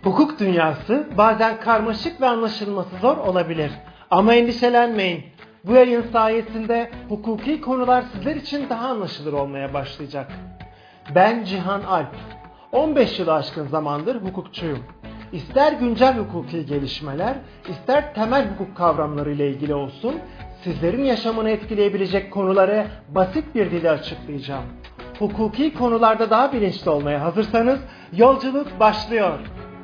Hukuk dünyası bazen karmaşık ve anlaşılması zor olabilir. Ama endişelenmeyin. Bu yayın sayesinde hukuki konular sizler için daha anlaşılır olmaya başlayacak. Ben Cihan Alp. 15 yılı aşkın zamandır hukukçuyum. İster güncel hukuki gelişmeler, ister temel hukuk kavramları ile ilgili olsun, sizlerin yaşamını etkileyebilecek konuları basit bir dille açıklayacağım. Hukuki konularda daha bilinçli olmaya hazırsanız yolculuk başlıyor.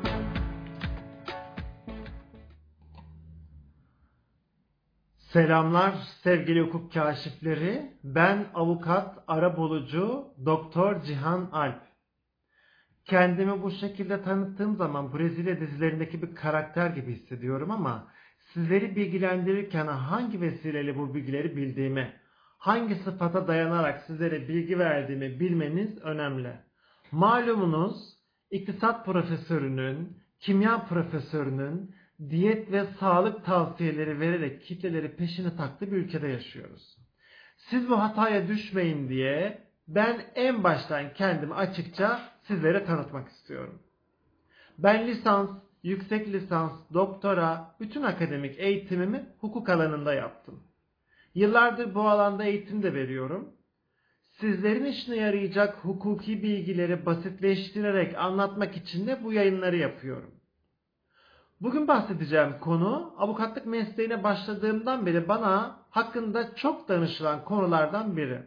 Selamlar sevgili hukuk kaşifleri. Ben avukat, arabulucu, Doktor Cihan Alp. Kendimi bu şekilde tanıttığım zaman Brezilya dizilerindeki bir karakter gibi hissediyorum ama sizleri bilgilendirirken hangi vesileyle bu bilgileri bildiğimi, hangi sıfata dayanarak sizlere bilgi verdiğimi bilmeniz önemli. Malumunuz iktisat profesörünün, kimya profesörünün diyet ve sağlık tavsiyeleri vererek kitleleri peşine taktığı bir ülkede yaşıyoruz. Siz bu hataya düşmeyin diye ben en baştan kendimi açıkça sizlere tanıtmak istiyorum. Ben lisans, yüksek lisans, doktora, bütün akademik eğitimimi hukuk alanında yaptım. Yıllardır bu alanda eğitim de veriyorum. Sizlerin işine yarayacak hukuki bilgileri basitleştirerek anlatmak için de bu yayınları yapıyorum. Bugün bahsedeceğim konu avukatlık mesleğine başladığımdan beri bana hakkında çok danışılan konulardan biri.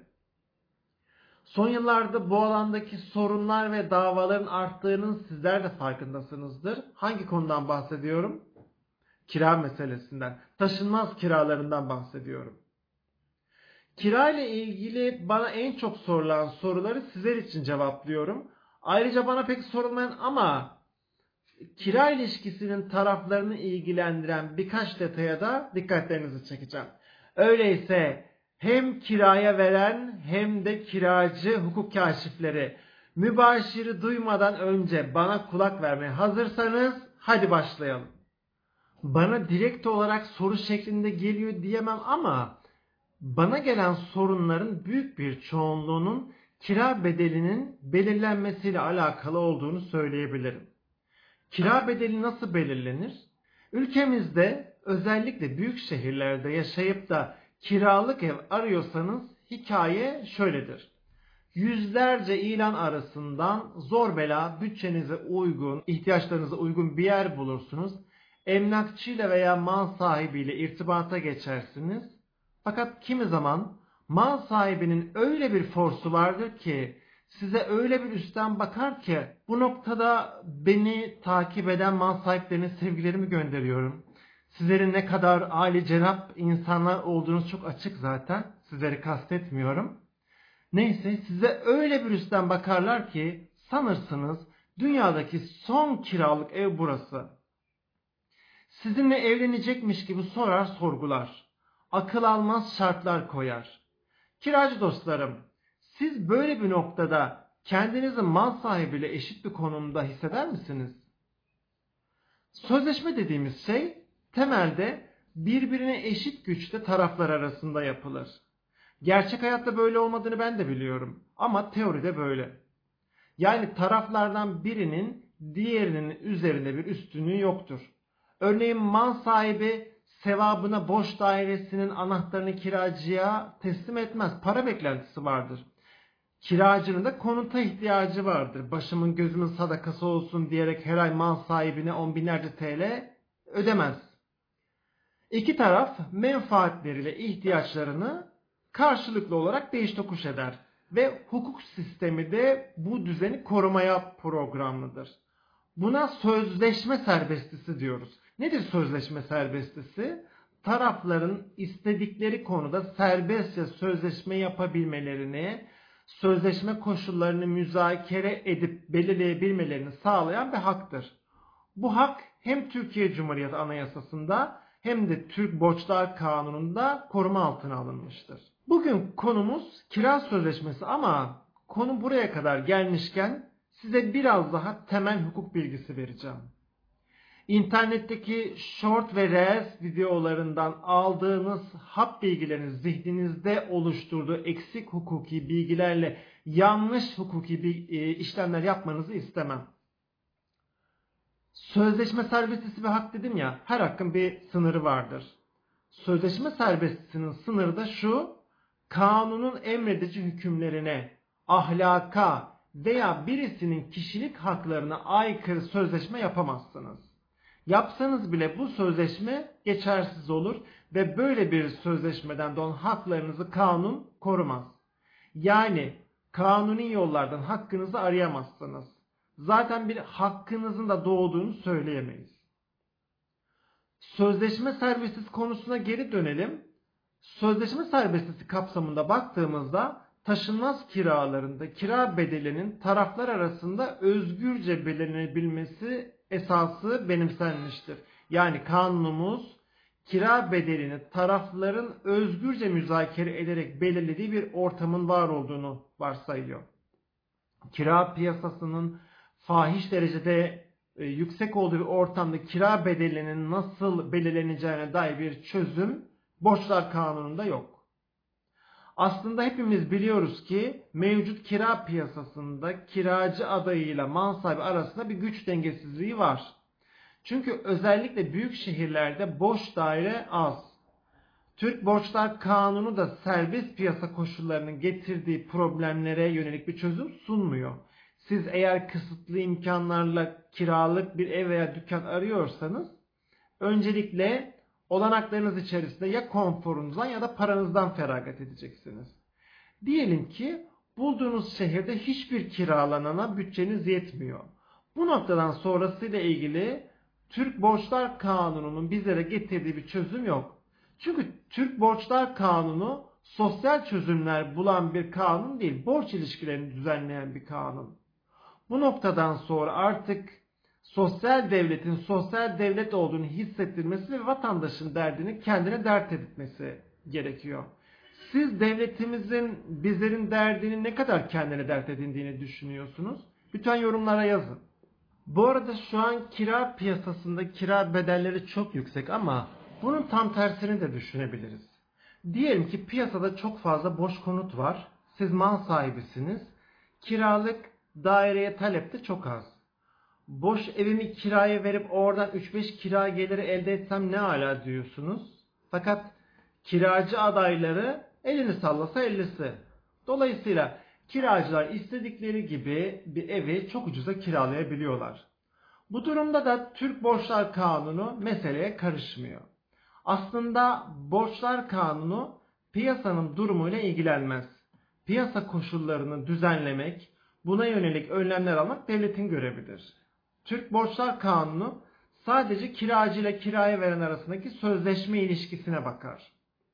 Son yıllarda bu alandaki sorunlar ve davaların arttığının sizler de farkındasınızdır. Hangi konudan bahsediyorum? Kira meselesinden, taşınmaz kiralarından bahsediyorum. Kira ile ilgili bana en çok sorulan soruları sizler için cevaplıyorum. Ayrıca bana pek sorulmayan ama kira ilişkisinin taraflarını ilgilendiren birkaç detaya da dikkatlerinizi çekeceğim. Öyleyse hem kiraya veren hem de kiracı hukuk kaşifleri mübaşiri duymadan önce bana kulak vermeye hazırsanız hadi başlayalım. Bana direkt olarak soru şeklinde geliyor diyemem ama bana gelen sorunların büyük bir çoğunluğunun kira bedelinin belirlenmesiyle alakalı olduğunu söyleyebilirim. Kira bedeli nasıl belirlenir? Ülkemizde özellikle büyük şehirlerde yaşayıp da kiralık ev arıyorsanız hikaye şöyledir. Yüzlerce ilan arasından zor bela bütçenize uygun, ihtiyaçlarınıza uygun bir yer bulursunuz. Emlakçıyla veya mal sahibiyle irtibata geçersiniz. Fakat kimi zaman mal sahibinin öyle bir forsu vardır ki size öyle bir üstten bakar ki bu noktada beni takip eden mal sahiplerine sevgilerimi gönderiyorum. Sizlerin ne kadar âli cenap insanlar olduğunuz çok açık zaten. Sizleri kastetmiyorum. Neyse size öyle bir üstten bakarlar ki sanırsınız dünyadaki son kiralık ev burası. Sizinle evlenecekmiş gibi sorar sorgular. Akıl almaz şartlar koyar. Kiracı dostlarım, siz böyle bir noktada kendinizi mal sahibiyle eşit bir konumda hisseder misiniz? Sözleşme dediğimiz şey temelde birbirine eşit güçte taraflar arasında yapılır. Gerçek hayatta böyle olmadığını ben de biliyorum ama teoride böyle. Yani taraflardan birinin diğerinin üzerinde bir üstünlüğü yoktur. Örneğin mal sahibi sevabına borç dairesinin anahtarını kiracıya teslim etmez. Para beklentisi vardır. Kiracının da konuta ihtiyacı vardır. Başımın gözümün sadakası olsun diyerek her ay mal sahibine on binlerce TL ödemez. İki taraf menfaatleriyle ihtiyaçlarını karşılıklı olarak değiş tokuş eder. Ve hukuk sistemi de bu düzeni korumaya programlıdır. Buna sözleşme serbestisi diyoruz. Nedir sözleşme serbestisi? Tarafların istedikleri konuda serbestçe sözleşme yapabilmelerini, sözleşme koşullarını müzakere edip belirleyebilmelerini sağlayan bir haktır. Bu hak hem Türkiye Cumhuriyeti Anayasası'nda hem de Türk Borçlar Kanunu'nda koruma altına alınmıştır. Bugün konumuz kira sözleşmesi ama konu buraya kadar gelmişken size biraz daha temel hukuk bilgisi vereceğim. İnternetteki short ve reels videolarından aldığınız hap bilgilerin zihninizde oluşturduğu eksik hukuki bilgilerle yanlış hukuki işlemler yapmanızı istemem. Sözleşme serbestisi bir hak dedim ya, her hakkın bir sınırı vardır. Sözleşme serbestisinin sınırı da şu: kanunun emredici hükümlerine, ahlaka veya birisinin kişilik haklarına aykırı sözleşme yapamazsınız. Yapsanız bile bu sözleşme geçersiz olur ve böyle bir sözleşmeden doğan haklarınızı kanun korumaz. Yani kanuni yollardan hakkınızı arayamazsınız. Zaten bir hakkınızın da doğduğunu söyleyemeyiz. Sözleşme serbestisi konusuna geri dönelim. Sözleşme serbestisi kapsamında baktığımızda taşınmaz kiralarında kira bedelinin taraflar arasında özgürce belirlenebilmesi esası benimsenmiştir. Yani kanunumuz kira bedelini tarafların özgürce müzakere ederek belirlediği bir ortamın var olduğunu varsayıyor. Kira piyasasının fahiş derecede yüksek olduğu bir ortamda kira bedelinin nasıl belirleneceğine dair bir çözüm borçlar kanununda yok. Aslında hepimiz biliyoruz ki mevcut kira piyasasında kiracı adayıyla mal sahibi arasında bir güç dengesizliği var. Çünkü özellikle büyük şehirlerde boş daire az. Türk Borçlar Kanunu da serbest piyasa koşullarının getirdiği problemlere yönelik bir çözüm sunmuyor. Siz eğer kısıtlı imkanlarla kiralık bir ev veya dükkan arıyorsanız öncelikle olanaklarınız içerisinde ya konforunuzdan ya da paranızdan feragat edeceksiniz. Diyelim ki bulduğunuz şehirde hiçbir kiralanana bütçeniz yetmiyor. Bu noktadan sonrasıyla ilgili Türk Borçlar Kanunu'nun bizlere getirdiği bir çözüm yok. Çünkü Türk Borçlar Kanunu sosyal çözümler bulan bir kanun değil, borç ilişkilerini düzenleyen bir kanun. Bu noktadan sonra artık sosyal devletin sosyal devlet olduğunu hissettirmesi ve vatandaşın derdini kendine dert etmesi gerekiyor. Siz devletimizin bizlerin derdini ne kadar kendine dert edindiğini düşünüyorsunuz? Lütfen yorumlara yazın. Bu arada şu an kira piyasasında kira bedelleri çok yüksek ama bunun tam tersini de düşünebiliriz. Diyelim ki piyasada çok fazla boş konut var. Siz mal sahibisiniz. Kiralık daireye talep de çok az. Boş evimi kiraya verip oradan 3-5 kira geliri elde etsem ne ala diyorsunuz. Fakat kiracı adayları elini sallasa ellisi. Dolayısıyla kiracılar istedikleri gibi bir evi çok ucuza kiralayabiliyorlar. Bu durumda da Türk Borçlar Kanunu meseleye karışmıyor. Aslında Borçlar Kanunu piyasanın durumuyla ilgilenmez. Piyasa koşullarını düzenlemek, buna yönelik önlemler almak devletin görevidir. Türk Borçlar Kanunu sadece kiracı ile kiraya veren arasındaki sözleşme ilişkisine bakar.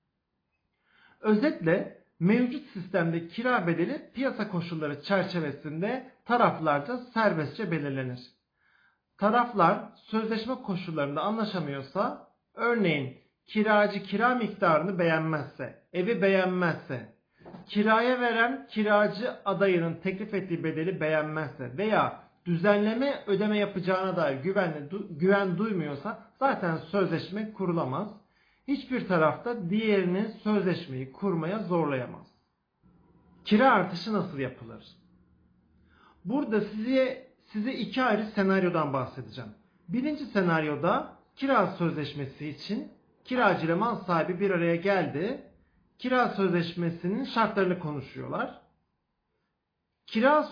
Özetle mevcut sistemde kira bedeli piyasa koşulları çerçevesinde taraflarca serbestçe belirlenir. Taraflar sözleşme koşullarında anlaşamıyorsa, örneğin kiracı kira miktarını beğenmezse, evi beğenmezse, kiraya veren kiracı adayının teklif ettiği bedeli beğenmezse veya düzenleme ödeme yapacağına dair güven duymuyorsa zaten sözleşme kurulamaz. Hiçbir tarafta diğerini sözleşmeyi kurmaya zorlayamaz. Kira artışı nasıl yapılır? Burada size iki ayrı senaryodan bahsedeceğim. Birinci senaryoda kira sözleşmesi için kiracı ile mal sahibi bir araya geldi. Kira sözleşmesinin şartlarını konuşuyorlar. Kira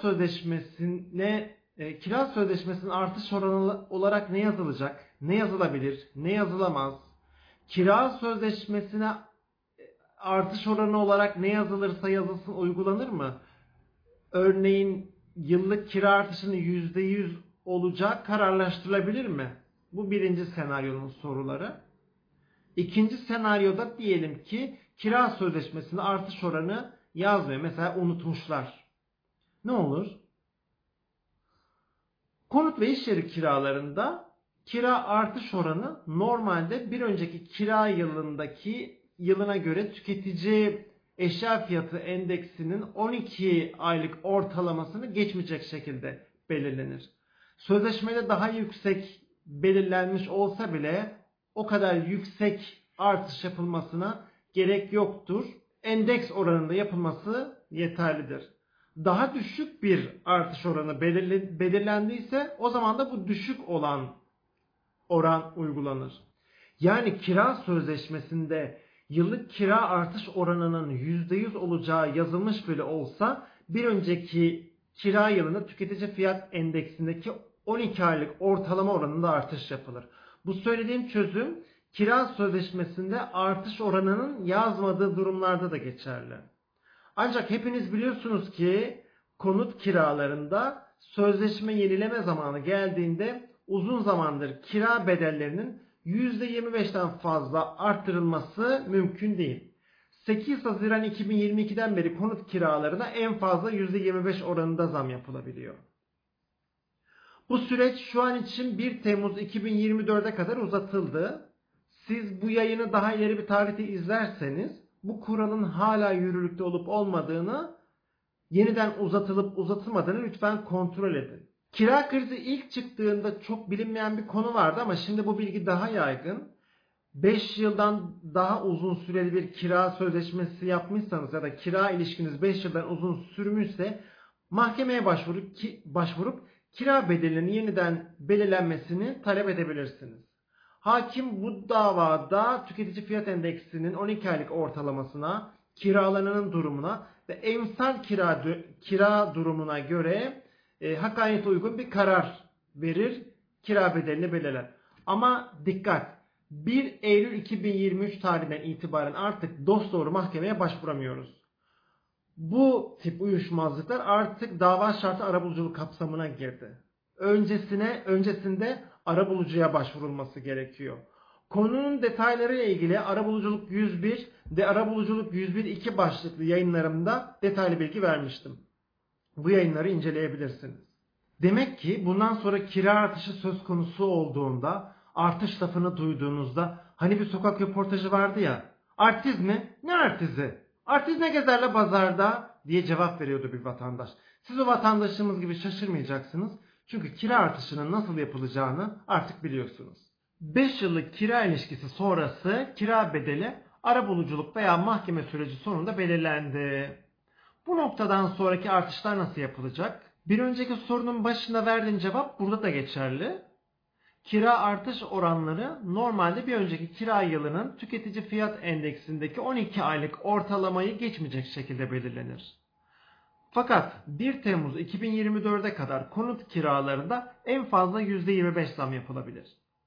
sözleşmesinin artış oranı olarak ne yazılacak? Ne yazılabilir? Ne yazılamaz? Kira sözleşmesine artış oranı olarak ne yazılırsa yazılsın uygulanır mı? Örneğin yıllık kira artışının %100 olacağı kararlaştırılabilir mi? Bu birinci senaryonun soruları. İkinci senaryoda diyelim ki kira sözleşmesinde artış oranı yazmıyor. Mesela unutmuşlar. Ne olur? Konut ve iş yeri kiralarında kira artış oranı normalde bir önceki kira yılına göre tüketici eşya fiyatı endeksinin 12 aylık ortalamasını geçmeyecek şekilde belirlenir. Sözleşmede daha yüksek belirlenmiş olsa bile o kadar yüksek artış yapılmasına gerek yoktur. Endeks oranında yapılması yeterlidir. Daha düşük bir artış oranı belirlendiyse o zaman da bu düşük olan oran uygulanır. Yani kira sözleşmesinde yıllık kira artış oranının %100 olacağı yazılmış bile olsa bir önceki kira yılında tüketici fiyat endeksindeki 12 aylık ortalama oranında artış yapılır. Bu söylediğim çözüm kira sözleşmesinde artış oranının yazmadığı durumlarda da geçerli. Ancak hepiniz biliyorsunuz ki konut kiralarında sözleşme yenileme zamanı geldiğinde uzun zamandır kira bedellerinin %25'ten fazla arttırılması mümkün değil. 8 Haziran 2022'den beri konut kiralarına en fazla %25 oranında zam yapılabiliyor. Bu süreç şu an için 1 Temmuz 2024'e kadar uzatıldı. Siz bu yayını daha ileri bir tarihte izlerseniz bu kuralın hala yürürlükte olup olmadığını, yeniden uzatılıp uzatılmadığını lütfen kontrol edin. Kira krizi ilk çıktığında çok bilinmeyen bir konu vardı ama şimdi bu bilgi daha yaygın. 5 yıldan daha uzun süreli bir kira sözleşmesi yapmışsanız ya da kira ilişkiniz 5 yıldan uzun sürmüşse mahkemeye başvurup kira bedelinin yeniden belirlenmesini talep edebilirsiniz. Hakim bu davada tüketici fiyat endeksinin 12 aylık ortalamasına, kiralarının durumuna ve emsal kira durumuna göre hakkaniyete uygun bir karar verir, kira bedelini belirler. Ama dikkat! 1 Eylül 2023 tarihinden itibaren artık dosdoğru mahkemeye başvuramıyoruz. Bu tip uyuşmazlıklar artık dava şartı arabuluculuk kapsamına girdi. Öncesinde arabulucuya başvurulması gerekiyor. Konunun detaylarıyla ilgili Arabuluculuk 101 ve Arabuluculuk 101.2 başlıklı yayınlarımda detaylı bilgi vermiştim. Bu yayınları inceleyebilirsiniz. Demek ki bundan sonra kira artışı söz konusu olduğunda, artış lafını duyduğunuzda hani bir sokak röportajı vardı ya, artiz mi? Ne artizi? Artiz ne gezerle pazarda diye cevap veriyordu bir vatandaş. Siz o vatandaşımız gibi şaşırmayacaksınız. Çünkü kira artışının nasıl yapılacağını artık biliyorsunuz. 5 yıllık kira ilişkisi sonrası kira bedeli arabuluculuk veya mahkeme süreci sonunda belirlendi. Bu noktadan sonraki artışlar nasıl yapılacak? Bir önceki sorunun başında verdiğim cevap burada da geçerli. Kira artış oranları normalde bir önceki kira yılının tüketici fiyat endeksindeki 12 aylık ortalamayı geçmeyecek şekilde belirlenir. Fakat 1 Temmuz 2024'e kadar konut kiralarında en fazla %25 zam yapılabilir.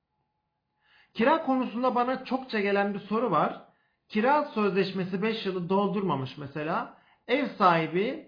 Kira konusunda bana çokça gelen bir soru var. Kira sözleşmesi 5 yılı doldurmamış mesela. Ev sahibi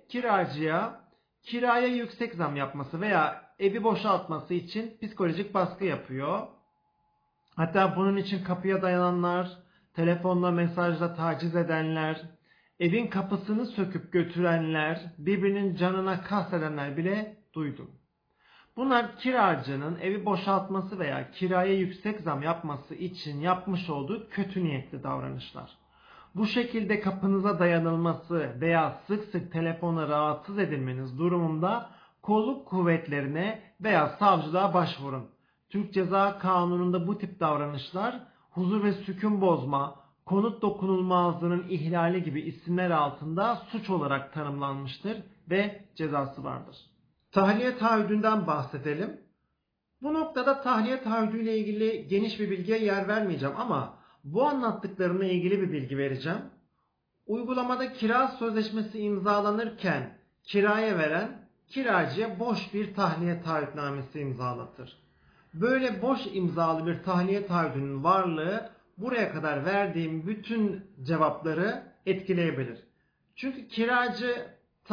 kiraya yüksek zam yapması veya evi boşaltması için psikolojik baskı yapıyor. Hatta bunun için kapıya dayananlar, telefonla mesajla taciz edenler, evin kapısını söküp götürenler, birbirinin canına kastedenler bile duydum. Bunlar kiracının evi boşaltması veya kiraya yüksek zam yapması için yapmış olduğu kötü niyetli davranışlar. Bu şekilde kapınıza dayanılması veya sık sık telefonla rahatsız edilmeniz durumunda kolluk kuvvetlerine veya savcılığa başvurun. Türk Ceza Kanunu'nda bu tip davranışlar huzur ve sükun bozma, konut dokunulmazlığının ihlali gibi isimler altında suç olarak tanımlanmıştır ve cezası vardır. Tahliye taahhüdünden bahsedelim. Bu noktada tahliye taahhüdüyle ilgili geniş bir bilgiye yer vermeyeceğim ama bu anlattıklarımla ilgili bir bilgi vereceğim. Uygulamada kira sözleşmesi imzalanırken kiraya veren kiracıya boş bir tahliye taahhütnamesi imzalatır. Böyle boş imzalı bir tahliye taahhüdünün varlığı buraya kadar verdiğim bütün cevapları etkileyebilir. Çünkü kiracı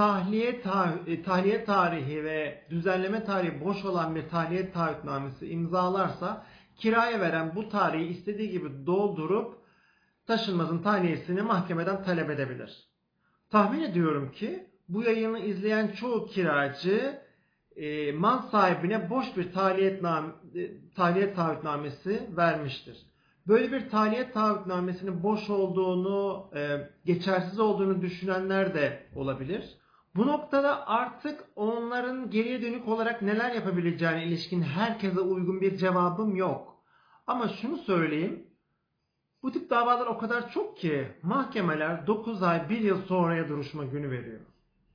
tahliye tarihi ve düzenleme tarihi boş olan bir tahliye taahhütnamesi imzalarsa kiraya veren bu tarihi istediği gibi doldurup taşınmazın tahliyesini mahkemeden talep edebilir. Tahmin ediyorum ki bu yayını izleyen çoğu kiracı mal sahibine boş bir tahliye taahhütnamesi vermiştir. Böyle bir tahliye taahhütnamesinin boş olduğunu, geçersiz olduğunu düşünenler de olabilir. Bu noktada artık onların geriye dönük olarak neler yapabileceğine ilişkin herkese uygun bir cevabım yok. Ama şunu söyleyeyim. Bu tip davalar o kadar çok ki mahkemeler 9 ay 1 yıl sonraya duruşma günü veriyor.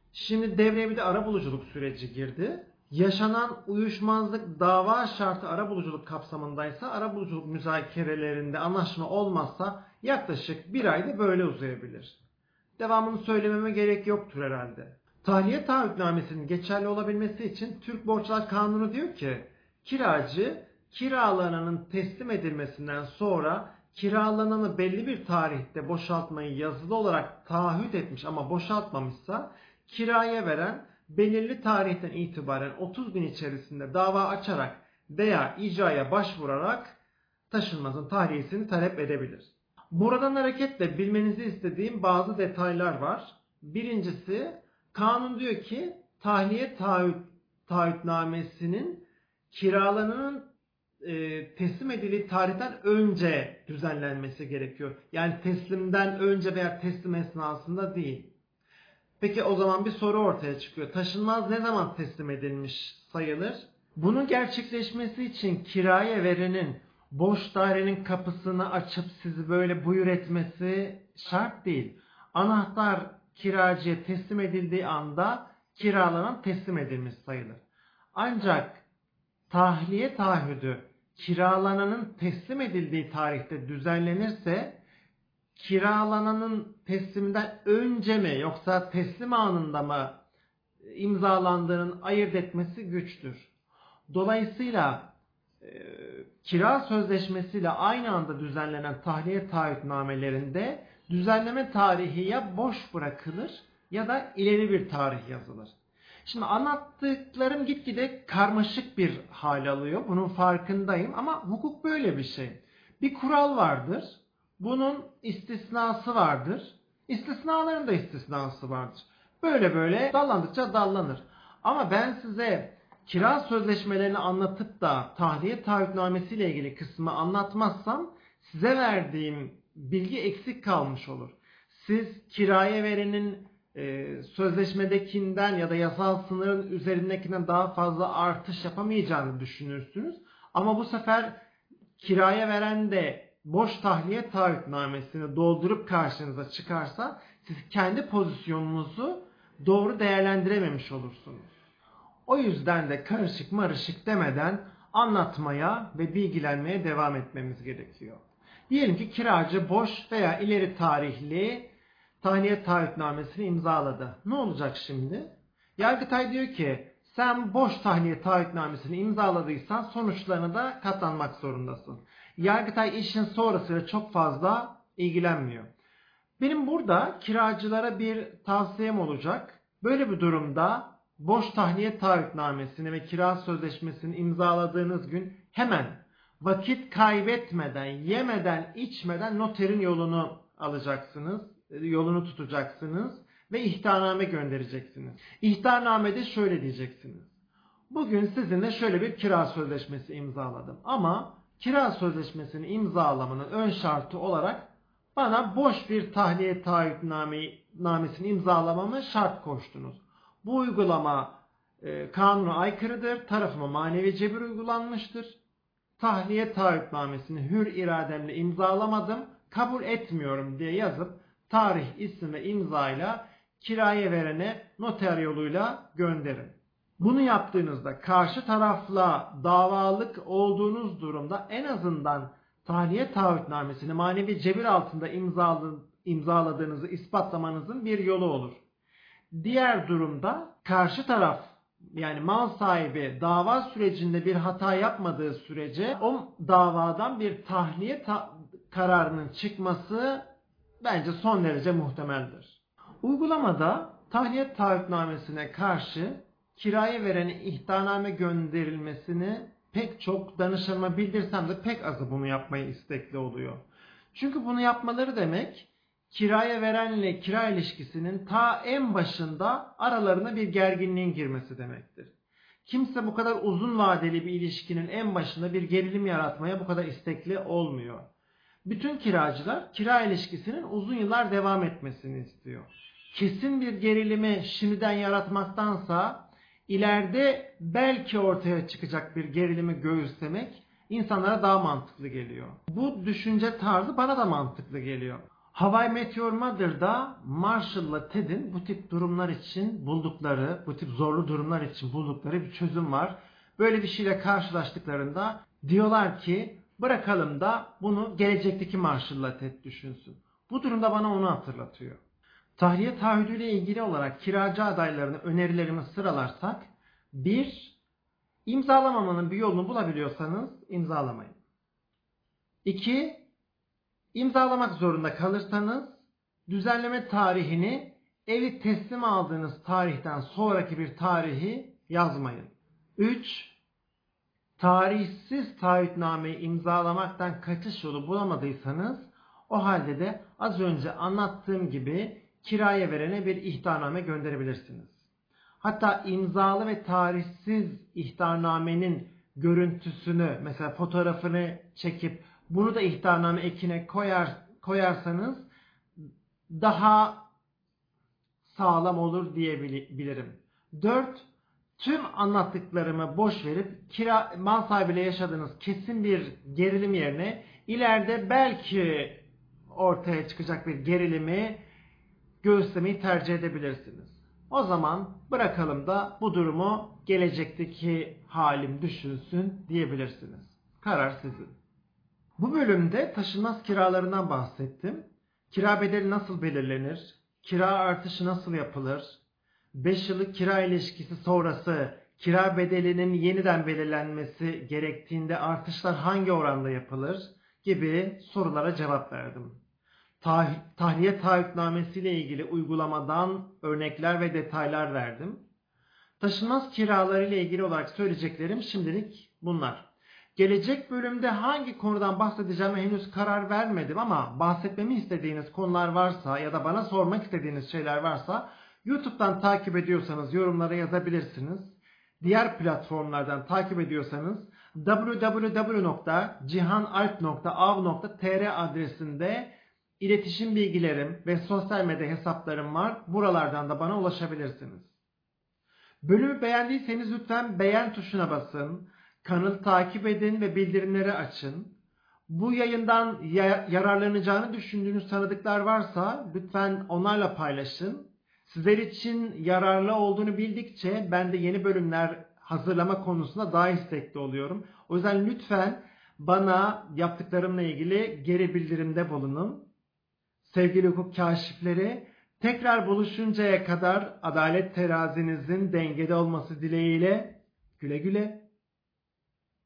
Şimdi devreye bir de arabuluculuk süreci girdi. Yaşanan uyuşmazlık dava şartı arabuluculuk kapsamındaysa arabuluculuk müzakerelerinde anlaşma olmazsa yaklaşık bir ayda böyle uzayabilir. Devamını söylememe gerek yoktur herhalde. Tahliye taahhütnamesinin geçerli olabilmesi için Türk Borçlar Kanunu diyor ki kiracı kiralananın teslim edilmesinden sonra kiralananı belli bir tarihte boşaltmayı yazılı olarak taahhüt etmiş ama boşaltmamışsa kiraya veren belirli tarihten itibaren 30 gün içerisinde dava açarak veya icraya başvurarak taşınmazın tahliyesini talep edebilir. Buradan hareketle bilmenizi istediğim bazı detaylar var. Birincisi, kanun diyor ki tahliye taahhütnamesinin kiralananın teslim edildiği tarihten önce düzenlenmesi gerekiyor. Yani teslimden önce veya teslim esnasında değil. Peki o zaman bir soru ortaya çıkıyor. Taşınmaz ne zaman teslim edilmiş sayılır? Bunun gerçekleşmesi için kiraya verenin boş dairenin kapısını açıp sizi böyle buyur etmesi şart değil. Anahtar kiracıya teslim edildiği anda kiralanan teslim edilmiş sayılır. Ancak tahliye taahhüdü kiralananın teslim edildiği tarihte düzenlenirse kiralananın tesliminden önce mi yoksa teslim anında mı imzalandığının ayırt etmesi güçtür. Dolayısıyla kira sözleşmesiyle aynı anda düzenlenen tahliye taahhütnamelerinde düzenleme tarihi ya boş bırakılır ya da ileri bir tarih yazılır. Şimdi anlattıklarım gitgide karmaşık bir hal alıyor. Bunun farkındayım ama hukuk böyle bir şey. Bir kural vardır. Bunun istisnası vardır. İstisnaların da istisnası vardır. Böyle böyle dallandıkça dallanır. Ama ben size kira sözleşmelerini anlatıp da tahliye taahhütnamesiyle ilgili kısmı anlatmazsam size verdiğim bilgi eksik kalmış olur. Siz kiraya verenin sözleşmedekinden ya da yasal sınırın üzerindekinden daha fazla artış yapamayacağını düşünürsünüz. Ama bu sefer kiraya veren de boş tahliye taahhütnamesini doldurup karşınıza çıkarsa siz kendi pozisyonunuzu doğru değerlendirememiş olursunuz. O yüzden de karışık marışık demeden anlatmaya ve bilgilenmeye devam etmemiz gerekiyor. Diyelim ki kiracı boş veya ileri tarihli tahliye taahhütnamesini imzaladı. Ne olacak şimdi? Yargıtay diyor ki sen boş tahliye taahhütnamesini imzaladıysan sonuçlarına da katlanmak zorundasın. Yargıtay işin sonrasıyla çok fazla ilgilenmiyor. Benim burada kiracılara bir tavsiyem olacak. Böyle bir durumda boş tahliye taahhütnamesini ve kira sözleşmesini imzaladığınız gün hemen vakit kaybetmeden, yemeden, içmeden noterin yolunu alacaksınız, yolunu tutacaksınız ve ihtarname göndereceksiniz. İhtarnamede şöyle diyeceksiniz. Bugün sizinle şöyle bir kira sözleşmesi imzaladım ama kira sözleşmesini imzalamanın ön şartı olarak bana boş bir tahliye taahhütnamesini imzalamamı şart koştunuz. Bu uygulama kanuna aykırıdır, tarafıma manevi cebir uygulanmıştır. Tahliye taahhütnamesini hür irademle imzalamadım, kabul etmiyorum diye yazıp tarih, isim ve imzayla kiraya verene noter yoluyla gönderin. Bunu yaptığınızda karşı tarafla davalık olduğunuz durumda en azından tahliye taahhütnamesini manevi cebir altında imzaladığınızı ispatlamanızın bir yolu olur. Diğer durumda karşı taraf yani mal sahibi dava sürecinde bir hata yapmadığı sürece o davadan bir tahliye kararının çıkması bence son derece muhtemeldir. Uygulamada tahliye taahhütnamesine karşı kiraya verene ihtarname gönderilmesini pek çok danışanıma bildirsem de pek azı bunu yapmayı istekli oluyor. Çünkü bunu yapmaları demek kiraya verenle kira ilişkisinin ta en başında aralarına bir gerginliğin girmesi demektir. Kimse bu kadar uzun vadeli bir ilişkinin en başında bir gerilim yaratmaya bu kadar istekli olmuyor. Bütün kiracılar kira ilişkisinin uzun yıllar devam etmesini istiyor. Kesin bir gerilimi şimdiden yaratmaktansa ileride belki ortaya çıkacak bir gerilimi göğüslemek insanlara daha mantıklı geliyor. Bu düşünce tarzı bana da mantıklı geliyor. How I Met Your Mother'da Marshall'la Ted'in bu tip durumlar için buldukları, bu tip zorlu durumlar için buldukları bir çözüm var. Böyle bir şeyle karşılaştıklarında diyorlar ki bırakalım da bunu gelecekteki Marshall'la Ted düşünsün. Bu durumda bana onu hatırlatıyor. Tahliye taahhüdüyle ilgili olarak kiracı adaylarını önerilerimi sıralarsak 1. İmzalamamanın bir yolunu bulabiliyorsanız imzalamayın. 2. İmzalamak zorunda kalırsanız düzenleme tarihini evi teslim aldığınız tarihten sonraki bir tarihi yazmayın. 3. Tarihsiz taahhütnameyi imzalamaktan kaçış yolu bulamadıysanız o halde de az önce anlattığım gibi kiraya verene bir ihtarname gönderebilirsiniz. Hatta imzalı ve tarihsiz ihtarnamenin görüntüsünü, mesela fotoğrafını çekip bunu da ihtarname ekine koyarsanız daha sağlam olur diyebilirim. 4. Tüm anlattıklarımı boş verip mal sahibiyle yaşadığınız kesin bir gerilim yerine ileride belki ortaya çıkacak bir gerilimi göğüslemeyi tercih edebilirsiniz. O zaman bırakalım da bu durumu gelecekteki halim düşünsün diyebilirsiniz. Karar sizin. Bu bölümde taşınmaz kiralarından bahsettim. Kira bedeli nasıl belirlenir? Kira artışı nasıl yapılır? 5 yıllık kira ilişkisi sonrası kira bedelinin yeniden belirlenmesi gerektiğinde artışlar hangi oranda yapılır? Gibi sorulara cevap verdim. Tahliye taahhütnamesi ile ilgili uygulamadan örnekler ve detaylar verdim. Taşınmaz kiraları ile ilgili olarak söyleyeceklerim şimdilik bunlar. Gelecek bölümde hangi konudan bahsedeceğime henüz karar vermedim ama bahsetmemi istediğiniz konular varsa ya da bana sormak istediğiniz şeyler varsa YouTube'dan takip ediyorsanız yorumlara yazabilirsiniz. Diğer platformlardan takip ediyorsanız www.cihanalp.av.tr adresinde iletişim bilgilerim ve sosyal medya hesaplarım var. Buralardan da bana ulaşabilirsiniz. Bölümü beğendiyseniz lütfen beğen tuşuna basın. Kanalı takip edin ve bildirimleri açın. Bu yayından yararlanacağını düşündüğünüz tanıdıklar varsa lütfen onlarla paylaşın. Sizler için yararlı olduğunu bildikçe ben de yeni bölümler hazırlama konusunda daha istekli oluyorum. O yüzden lütfen bana yaptıklarımla ilgili geri bildirimde bulunun. Sevgili hukuk kaşifleri, tekrar buluşuncaya kadar adalet terazinizin dengede olması dileğiyle güle güle.